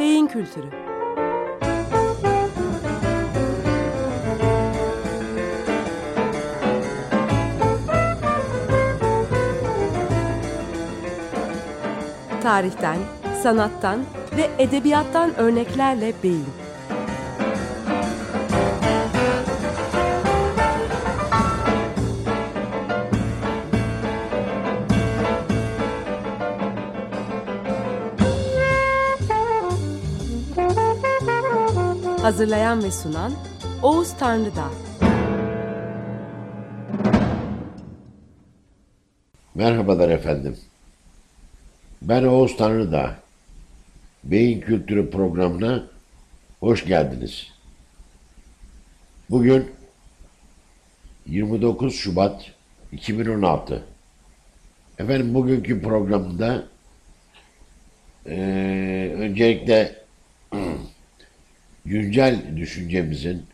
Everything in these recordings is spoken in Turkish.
Beyin Kültürü. Tarihten, sanattan ve edebiyattan örneklerle beyin. Hazırlayan ve sunan Oğuz Tanrıdağ. Merhabalar efendim. Ben Oğuz Tanrıdağ. Beyin Kültürü programına hoş geldiniz. Bugün 29 Şubat 2016. Efendim bugünkü programda öncelikle güncel düşüncemizin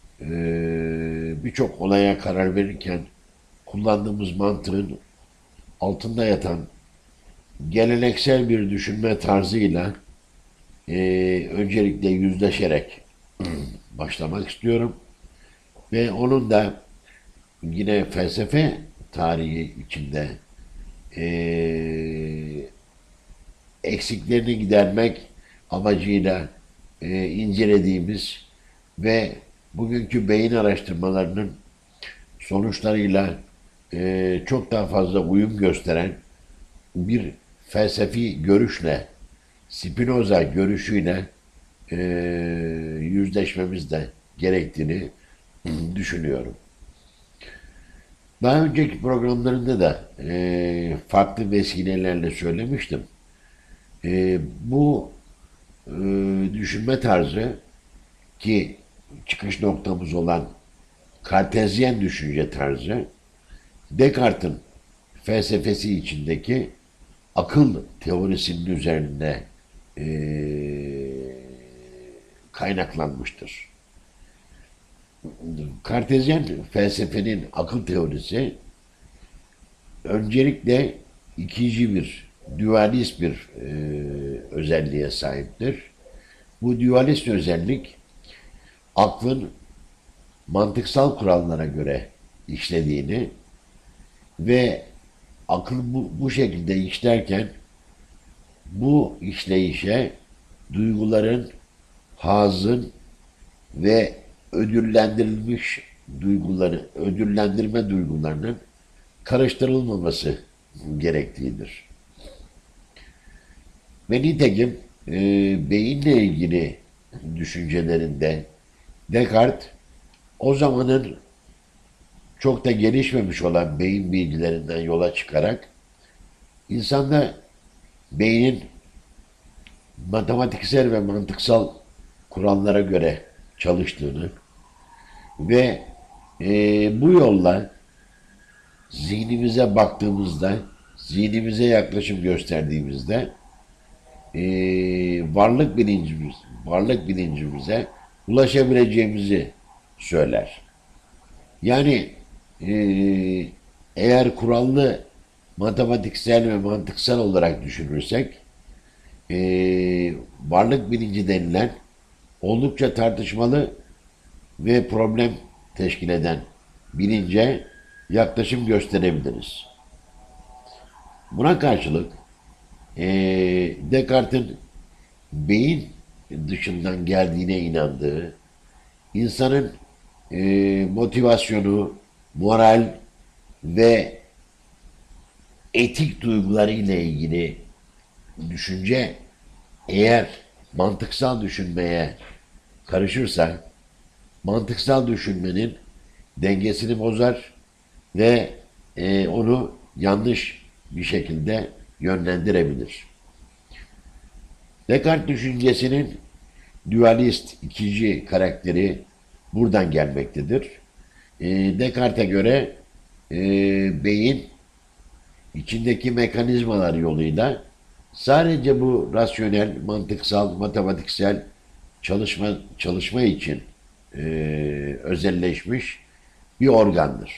birçok olaya karar verirken kullandığımız mantığın altında yatan geleneksel bir düşünme tarzıyla öncelikle yüzleşerek başlamak istiyorum. Ve onun da yine felsefe tarihi içinde eksiklerini gidermek amacıyla incelediğimiz ve bugünkü beyin araştırmalarının sonuçlarıyla çok daha fazla uyum gösteren bir felsefi görüşle, Spinoza görüşüyle yüzleşmemiz de gerektiğini düşünüyorum. Daha önceki programlarında da farklı vesilelerle söylemiştim. Bu düşünme tarzı ki çıkış noktamız olan Kartezyen düşünce tarzı, Descartes'in felsefesi içindeki akıl teorisinin üzerinde kaynaklanmıştır. Kartezyen felsefenin akıl teorisi öncelikle ikinci bir, dualist bir özelliğe sahiptir. Bu dualist özellik aklın mantıksal kurallara göre işlediğini ve akıl bu şekilde işlerken bu işleyişe duyguların, hazın ve ödüllendirilmiş ödüllendirme duygularının karıştırılmaması gerektiğidir. Ve nitekim beyinle ilgili düşüncelerinde Descartes o zamanın çok da gelişmemiş olan beyin bilgilerinden yola çıkarak insanda beynin matematiksel ve mantıksal kurallara göre çalıştığını ve bu yolla zihnimize baktığımızda, zihnimize yaklaşım gösterdiğimizde varlık bilincimize ulaşabileceğimizi söyler. Yani eğer kurallı matematiksel ve mantıksal olarak düşünürsek varlık bilinci denilen oldukça tartışmalı ve problem teşkil eden bilince yaklaşım gösterebiliriz. Buna karşılık Descartes'in beyin dışından geldiğine inandığı, insanın motivasyonu, moral ve etik duyguları ile ilgili düşünce eğer mantıksal düşünmeye karışırsa mantıksal düşünmenin dengesini bozar ve onu yanlış bir şekilde yönlendirebilir. Descartes düşüncesinin dualist ikinci karakteri buradan gelmektedir. Descartes'e göre beyin içindeki mekanizmalar yoluyla sadece bu rasyonel, mantıksal, matematiksel çalışma için özelleşmiş bir organdır.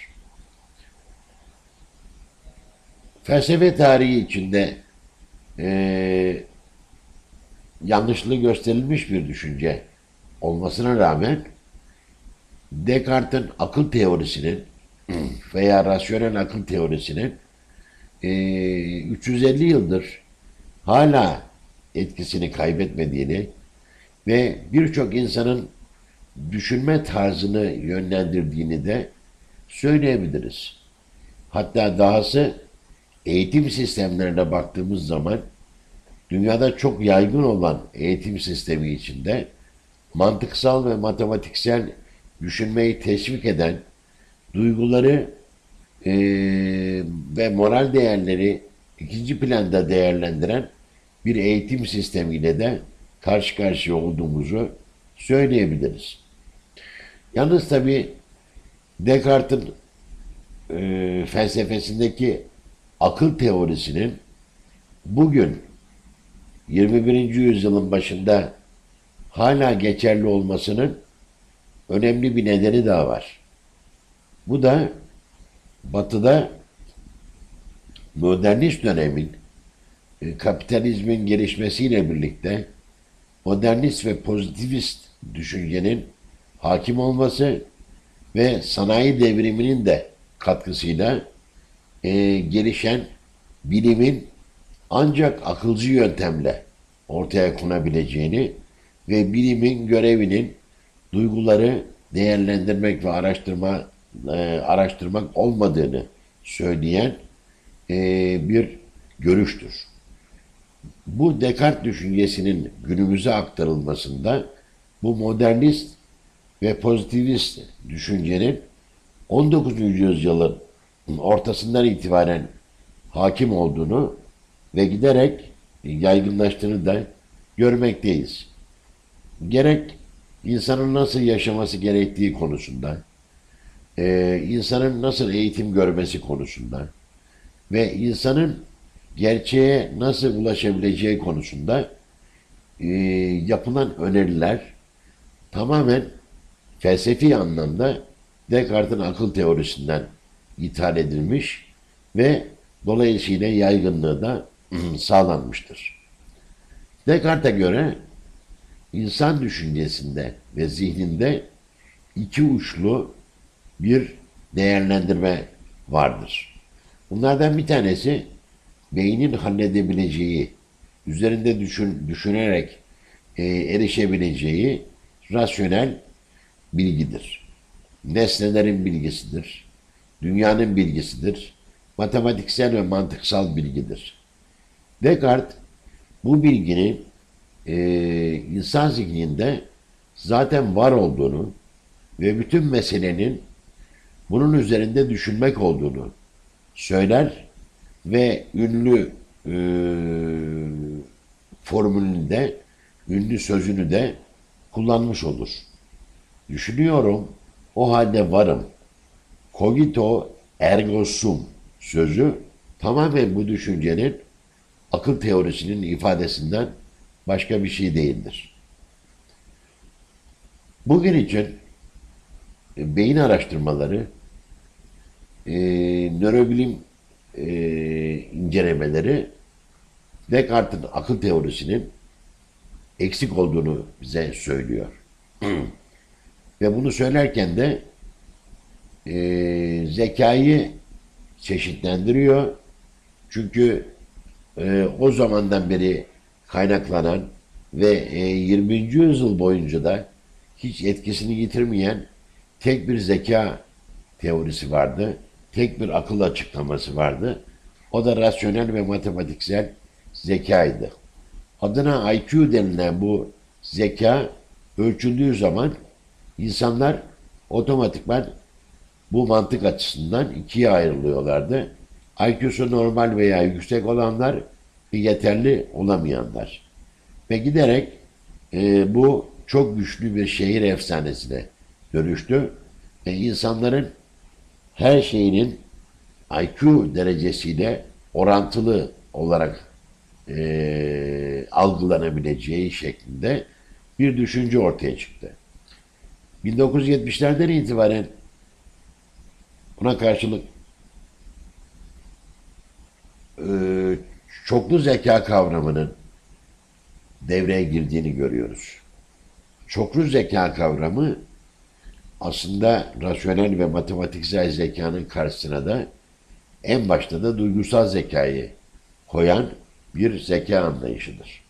Felsefe tarihi içinde yanlışlığı gösterilmiş bir düşünce olmasına rağmen Descartes'in akıl teorisinin veya rasyonel akıl teorisinin 350 yıldır hala etkisini kaybetmediğini ve birçok insanın düşünme tarzını yönlendirdiğini de söyleyebiliriz. Hatta dahası eğitim sistemlerine baktığımız zaman dünyada çok yaygın olan eğitim sistemi içinde mantıksal ve matematiksel düşünmeyi teşvik eden, duyguları ve moral değerleri ikinci planda değerlendiren bir eğitim sistemiyle de karşı karşıya olduğumuzu söyleyebiliriz. Yalnız tabii Descartes'in felsefesindeki akıl teorisinin bugün 21. yüzyılın başında hala geçerli olmasının önemli bir nedeni daha var. Bu da Batı'da modernist dönemin kapitalizmin gelişmesiyle birlikte modernist ve pozitivist düşüncenin hakim olması ve sanayi devriminin de katkısıyla gelişen bilimin ancak akılcı yöntemle ortaya konabileceğini ve bilimin görevinin duyguları değerlendirmek ve araştırmak olmadığını söyleyen bir görüştür. Bu Descartes düşüncesinin günümüze aktarılmasında bu modernist ve pozitivist düşüncenin 19. yüzyılın ortasından itibaren hakim olduğunu ve giderek yaygınlaştığını da görmekteyiz. Gerek insanın nasıl yaşaması gerektiği konusunda, insanın nasıl eğitim görmesi konusunda ve insanın gerçeğe nasıl ulaşabileceği konusunda yapılan öneriler tamamen felsefi anlamda Descartes'in akıl teorisinden ithal edilmiş ve dolayısıyla yaygınlığı da sağlanmıştır. Descartes'e göre insan düşüncesinde ve zihninde iki uçlu bir değerlendirme vardır. Bunlardan bir tanesi beynin halledebileceği, üzerinde düşünerek erişebileceği rasyonel bilgidir. Nesnelerin bilgisidir, dünyanın bilgisidir, matematiksel ve mantıksal bilgidir. Descartes bu bilginin insan zihninde zaten var olduğunu ve bütün meselenin bunun üzerinde düşünmek olduğunu söyler ve ünlü formülünde, ünlü sözünü de kullanmış olur. Düşünüyorum, o halde varım. Cogito ergo sum sözü tamamen bu düşüncenin akıl teorisinin ifadesinden başka bir şey değildir. Bugün için beyin araştırmaları, nörobilim incelemeleri Descartes'in akıl teorisinin eksik olduğunu bize söylüyor. Ve bunu söylerken de zekayı çeşitlendiriyor. Çünkü o zamandan beri kaynaklanan ve 20. yüzyıl boyunca da hiç etkisini yitirmeyen tek bir zeka teorisi vardı. Tek bir akıl açıklaması vardı. O da rasyonel ve matematiksel zekaydı. Adına IQ denilen bu zeka ölçüldüğü zaman insanlar otomatikman bu mantık açısından ikiye ayrılıyorlardı. IQ'su normal veya yüksek olanlar ve yeterli olamayanlar. Ve giderek bu çok güçlü bir şehir efsanesine dönüştü. Ve insanların her şeyinin IQ derecesiyle orantılı olarak algılanabileceği şeklinde bir düşünce ortaya çıktı. 1970'lerden itibaren buna karşılık çoklu zeka kavramının devreye girdiğini görüyoruz. Çoklu zeka kavramı aslında rasyonel ve matematiksel zekanın karşısına da en başta da duygusal zekayı koyan bir zeka anlayışıdır.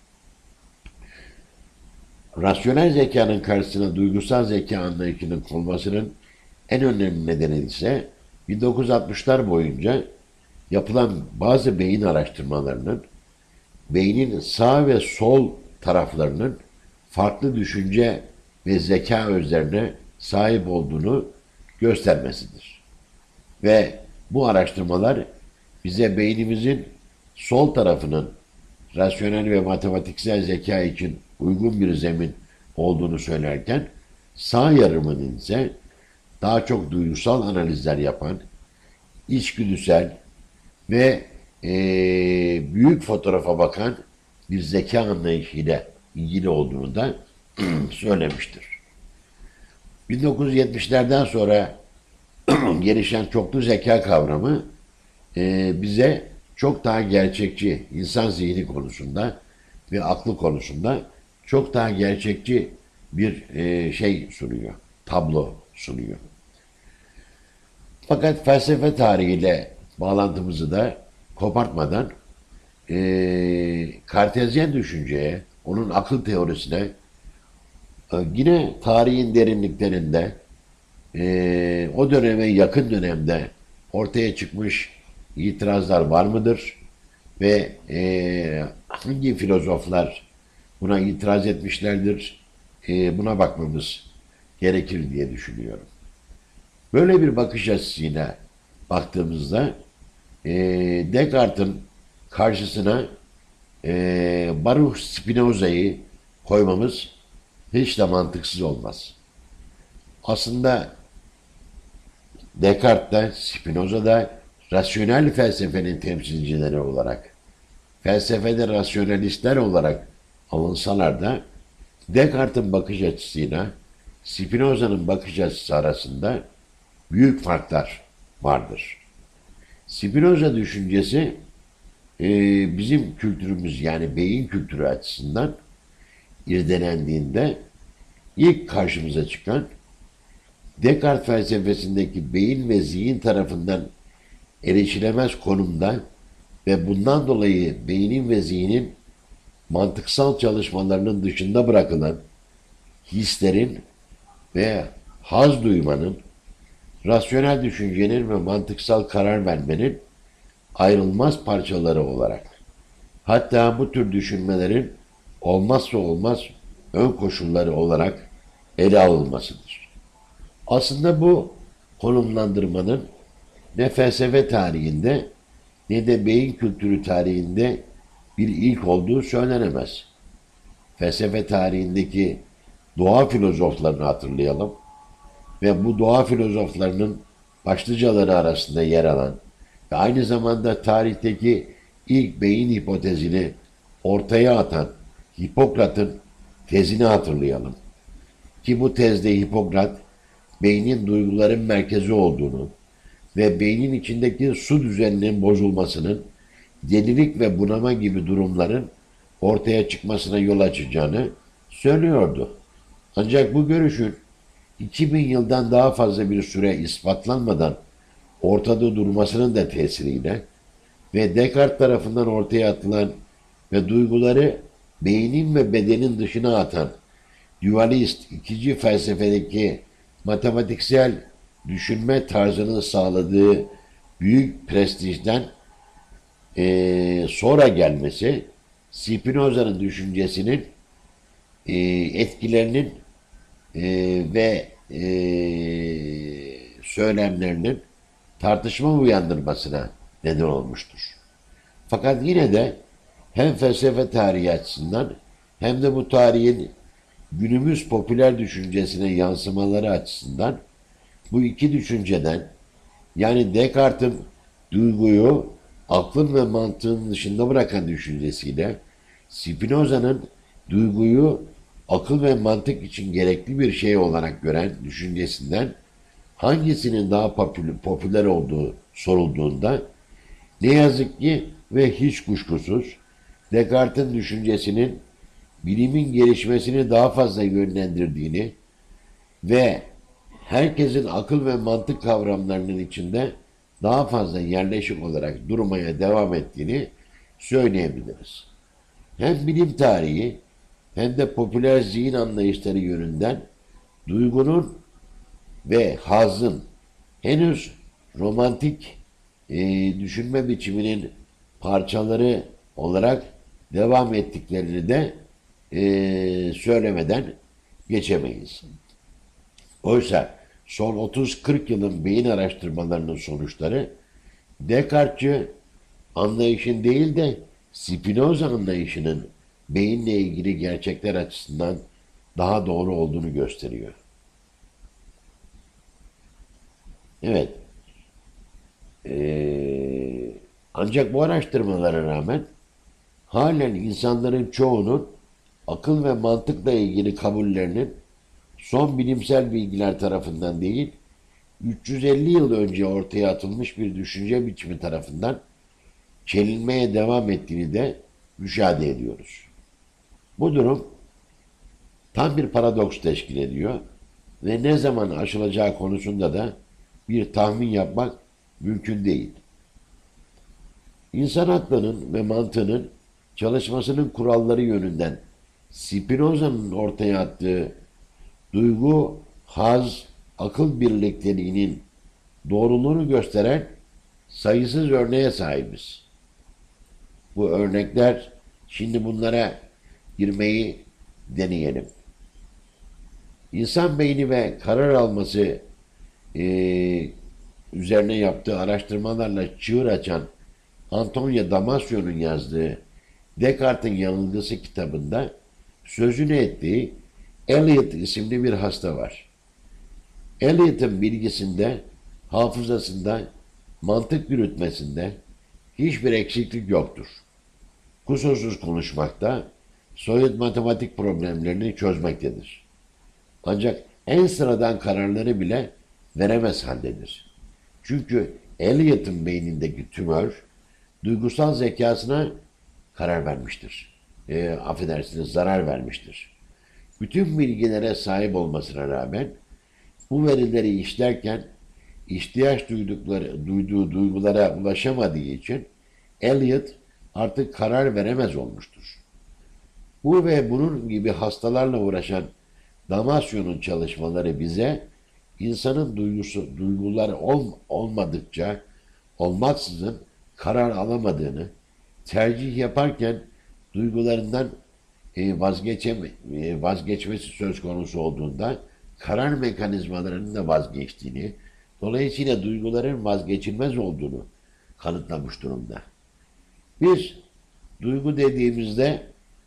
Rasyonel zekanın karşısına duygusal zeka anlayışının konmasının en önemli nedeni ise 1960'lar boyunca yapılan bazı beyin araştırmalarının beynin sağ ve sol taraflarının farklı düşünce ve zeka özlerine sahip olduğunu göstermesidir. Ve bu araştırmalar bize beynimizin sol tarafının rasyonel ve matematiksel zeka için uygun bir zemin olduğunu söylerken sağ yarımının ise daha çok duygusal analizler yapan, içgüdüsel ve büyük fotoğrafa bakan bir zeka anlayışıyla ilgili olduğunu da söylemiştir. 1970'lerden sonra gelişen çoklu zeka kavramı bize çok daha gerçekçi insan zihni konusunda ve aklı konusunda çok daha gerçekçi bir şey sunuyor, tablo sunuyor. Fakat felsefe tarihiyle bağlantımızı da kopartmadan Kartezyen düşünceye, onun akıl teorisine yine tarihin derinliklerinde o döneme yakın dönemde ortaya çıkmış itirazlar var mıdır? Ve hangi filozoflar buna itiraz etmişlerdir? Buna bakmamız gerekir diye düşünüyorum. Böyle bir bakış açısıyla baktığımızda Descartes'in karşısına Baruch Spinoza'yı koymamız hiç de mantıksız olmaz. Aslında Descartes de Spinoza da rasyonel felsefenin temsilcileri olarak, felsefede rasyonalistler olarak alınsalar da Descartes'in bakış açısıyla Spinoza'nın bakış açısı arasında büyük farklar vardır. Spinoza düşüncesi bizim kültürümüz yani beyin kültürü açısından irdelendiğinde ilk karşımıza çıkan Descartes felsefesindeki beyin ve zihin tarafından erişilemez konumda ve bundan dolayı beynin ve zihnin mantıksal çalışmalarının dışında bırakılan hislerin ve haz duymanın, rasyonel düşüncenin ve mantıksal karar vermenin ayrılmaz parçaları olarak, hatta bu tür düşünmelerin olmazsa olmaz ön koşulları olarak ele alınmasıdır. Aslında bu konumlandırmanın ne felsefe tarihinde ne de beyin kültürü tarihinde bir ilk olduğu söylenemez. Felsefe tarihindeki doğa filozoflarını hatırlayalım ve bu doğa filozoflarının başlıcaları arasında yer alan ve aynı zamanda tarihteki ilk beyin hipotezini ortaya atan Hipokrat'ın tezini hatırlayalım. Ki bu tezde Hipokrat, beynin duyguların merkezi olduğunu ve beynin içindeki su düzeninin bozulmasının delilik ve bunama gibi durumların ortaya çıkmasına yol açacağını söylüyordu. Ancak bu görüşün 2000 yıldan daha fazla bir süre ispatlanmadan ortada durmasının da tesiriyle ve Descartes tarafından ortaya atılan ve duyguları beynin ve bedenin dışına atan dualist ikinci felsefedeki matematiksel düşünme tarzının sağladığı büyük prestijden sonra gelmesi Spinoza'nın düşüncesinin etkilerinin ve söylemlerinin tartışma uyandırmasına neden olmuştur. Fakat yine de hem felsefe tarihi açısından hem de bu tarihin günümüz popüler düşüncesine yansımaları açısından bu iki düşünceden yani Descartes'in duyguyu aklın ve mantığın dışında bırakan düşüncesiyle Spinoza'nın duyguyu akıl ve mantık için gerekli bir şey olarak gören düşüncesinden hangisinin daha popüler olduğu sorulduğunda ne yazık ki ve hiç kuşkusuz Descartes'in düşüncesinin bilimin gelişmesini daha fazla yönlendirdiğini ve herkesin akıl ve mantık kavramlarının içinde daha fazla yerleşik olarak durmaya devam ettiğini söyleyebiliriz. Hem bilim tarihi hem de popüler zihin anlayışları yönünden duygunun ve hazın henüz romantik düşünme biçiminin parçaları olarak devam ettiklerini de söylemeden geçemeyiz. Oysa son 30-40 yılın beyin araştırmalarının sonuçları Descartes'çi anlayışın değil de Spinoza anlayışının beyinle ilgili gerçekler açısından daha doğru olduğunu gösteriyor. Evet. Ancak bu araştırmalara rağmen halen insanların çoğunun akıl ve mantıkla ilgili kabullerinin son bilimsel bilgiler tarafından değil, 350 yıl önce ortaya atılmış bir düşünce biçimi tarafından çelinmeye devam ettiğini de müşahede ediyoruz. Bu durum tam bir paradoks teşkil ediyor ve ne zaman aşılacağı konusunda da bir tahmin yapmak mümkün değil. İnsan aklının ve mantığının çalışmasının kuralları yönünden Spinoza'nın ortaya attığı duygu, haz, akıl birlikteliğinin doğruluğunu gösteren sayısız örneğe sahibiz. Bu örnekler, şimdi bunlara girmeyi deneyelim. İnsan beyni ve karar alması üzerine yaptığı araştırmalarla çığır açan Antonio Damasio'nun yazdığı Descartes'in Yanılgısı kitabında sözünü ettiği Elliot isimli bir hasta var. Elliot'ın bilgisinde, hafızasında, mantık yürütmesinde hiçbir eksiklik yoktur. Kusursuz konuşmakta, soyut matematik problemlerini çözmektedir. Ancak en sıradan kararları bile veremez haldedir. Çünkü Elliot'ın beynindeki tümör, duygusal zekasına karar vermiştir. Zarar vermiştir. Bütün bilgilere sahip olmasına rağmen bu verileri işlerken ihtiyaç duyduğu duygulara ulaşamadığı için Elliot artık karar veremez olmuştur. Bu ve bunun gibi hastalarla uğraşan Damasio'nun çalışmaları bize insanın duyguları olmaksızın karar alamadığını, tercih yaparken duygularından vazgeçmesi söz konusu olduğunda karar mekanizmalarının da vazgeçtiğini, dolayısıyla duyguların vazgeçilmez olduğunu kanıtlamış durumda. Biz duygu dediğimizde,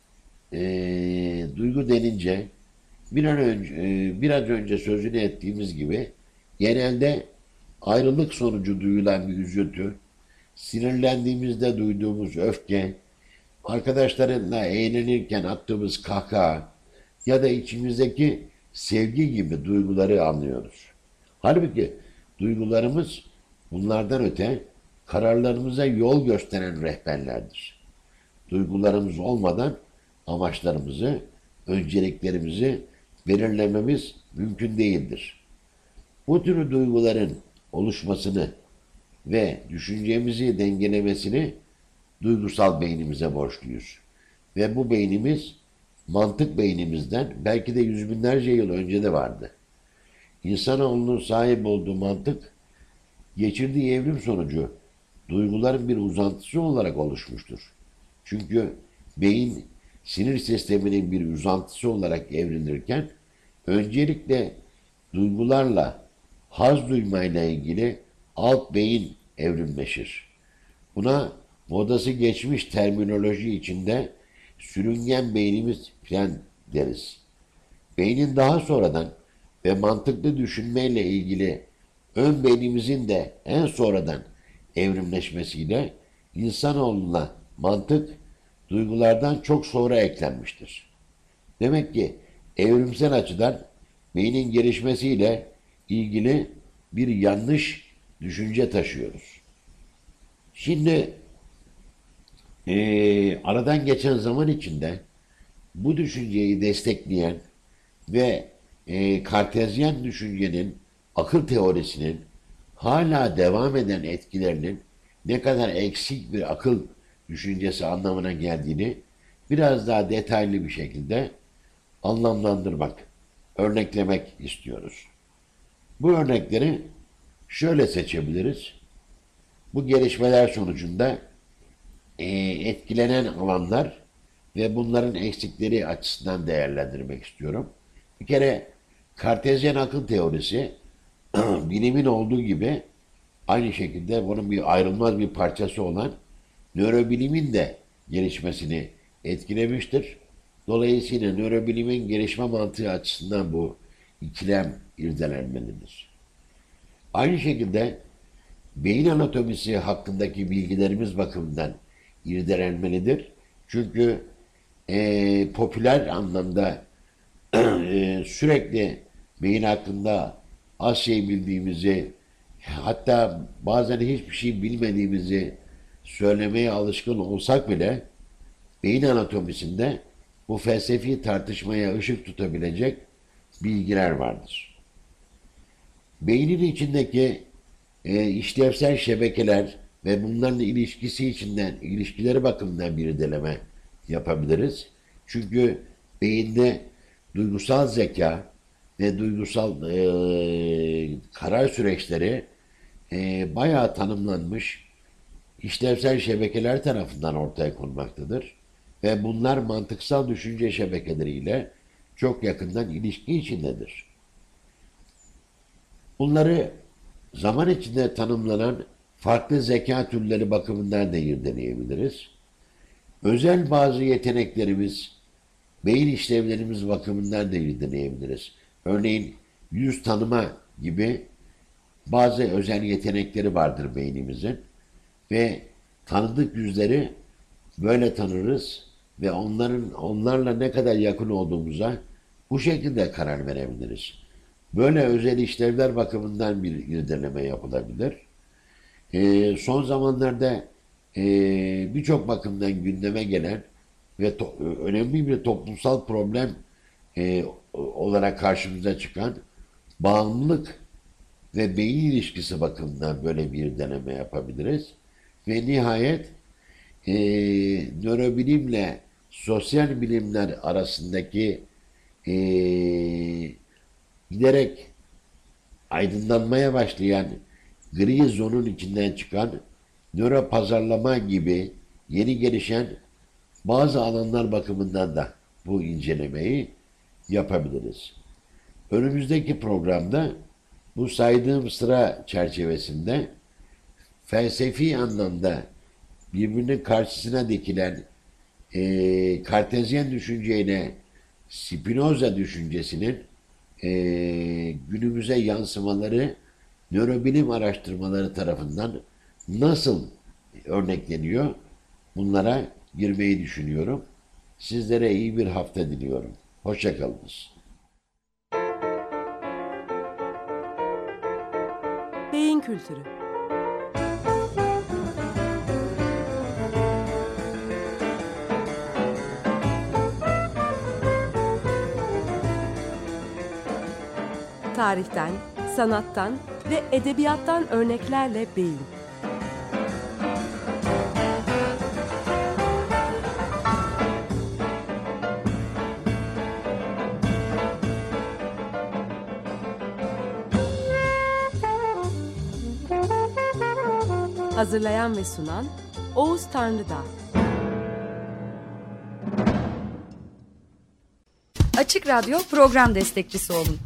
duygu denince biraz önce sözünü ettiğimiz gibi genelde ayrılık sonucu duyulan bir üzüntü, sinirlendiğimizde duyduğumuz öfke, arkadaşlarınla eğlenirken attığımız kahkaha ya da içimizdeki sevgi gibi duyguları anlıyoruz. Halbuki duygularımız bunlardan öte kararlarımıza yol gösteren rehberlerdir. Duygularımız olmadan amaçlarımızı, önceliklerimizi belirlememiz mümkün değildir. Bu tür duyguların oluşmasını ve düşüncemizi dengelemesini duygusal beynimize borçluyuz. Ve bu beynimiz mantık beynimizden belki de yüz binlerce yıl önce de vardı. İnsanoğlunun sahip olduğu mantık geçirdiği evrim sonucu duyguların bir uzantısı olarak oluşmuştur. Çünkü beyin sinir sisteminin bir uzantısı olarak evrilirken öncelikle duygularla haz duymayla ilgili alt beyin evrimleşir. Buna modası geçmiş terminoloji içinde sürüngen beynimiz falan deriz. Beynin daha sonradan ve mantıklı düşünmeyle ilgili ön beynimizin de en sonradan evrimleşmesiyle insanoğluna mantık duygulardan çok sonra eklenmiştir. Demek ki evrimsel açıdan beynin gelişmesiyle ilgili bir yanlış düşünce taşıyoruz. Şimdi aradan geçen zaman içinde bu düşünceyi destekleyen ve Kartezyen düşüncenin, akıl teorisinin hala devam eden etkilerinin ne kadar eksik bir akıl düşüncesi anlamına geldiğini biraz daha detaylı bir şekilde anlamlandırmak, örneklemek istiyoruz. Bu örnekleri şöyle seçebiliriz. Bu gelişmeler sonucunda etkilenen alanlar ve bunların eksikleri açısından değerlendirmek istiyorum. Bir kere Kartezyen akıl teorisi bilimin olduğu gibi aynı şekilde bunun bir ayrılmaz bir parçası olan nörobilimin de gelişmesini etkilemiştir. Dolayısıyla nörobilimin gelişme mantığı açısından bu ikilem irdelenmelidir. Aynı şekilde beyin anatomisi hakkındaki bilgilerimiz bakımından irdelenmelidir. Çünkü popüler anlamda sürekli beyin hakkında az şey bildiğimizi, hatta bazen hiçbir şey bilmediğimizi söylemeye alışkın olsak bile beyin anatomisinde bu felsefi tartışmaya ışık tutabilecek bilgiler vardır. Beynin içindeki işlevsel şebekeler ve bunların ilişkileri bakımından bir irdeleme yapabiliriz. Çünkü beyinde duygusal zeka ve duygusal karar süreçleri bayağı tanımlanmış işlevsel şebekeler tarafından ortaya konmaktadır. Ve bunlar mantıksal düşünce şebekeleriyle çok yakından ilişki içindedir. Bunları zaman içinde tanımlanan farklı zeka türleri bakımından da irdeleyebiliriz. Özel bazı yeteneklerimiz, beyin işlevlerimiz bakımından da irdeleyebiliriz. Örneğin yüz tanıma gibi bazı özel yetenekleri vardır beynimizin ve tanıdık yüzleri böyle tanırız ve onlarla ne kadar yakın olduğumuza bu şekilde karar verebiliriz. Böyle özel işlevler bakımından bir irdeleme yapılabilir. Son zamanlarda birçok bakımdan gündeme gelen ve önemli bir toplumsal problem olarak karşımıza çıkan bağımlılık ve beyin ilişkisi bakımından böyle bir deneme yapabiliriz. Ve nihayet nörobilimle sosyal bilimler arasındaki giderek aydınlanmaya başlayan gri zonun içinden çıkan nöropazarlama gibi yeni gelişen bazı alanlar bakımından da bu incelemeyi yapabiliriz. Önümüzdeki programda bu saydığım sıra çerçevesinde felsefi anlamda birbirinin karşısına dikilen Kartezyen düşünceyle Spinoza düşüncesinin günümüze yansımaları nörobilim araştırmaları tarafından nasıl örnekleniyor? Bunlara girmeyi düşünüyorum. Sizlere iyi bir hafta diliyorum. Hoşça kalınız. Beyin kültürü. Tarihten, sanattan ve edebiyattan örneklerle beyin. Hazırlayan ve sunan Oğuz Tanrıdağ. Açık Radyo program destekçisi olun.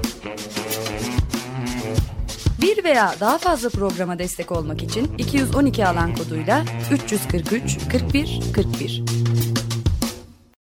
Bir veya daha fazla programa destek olmak için 212 alan koduyla 343 41 41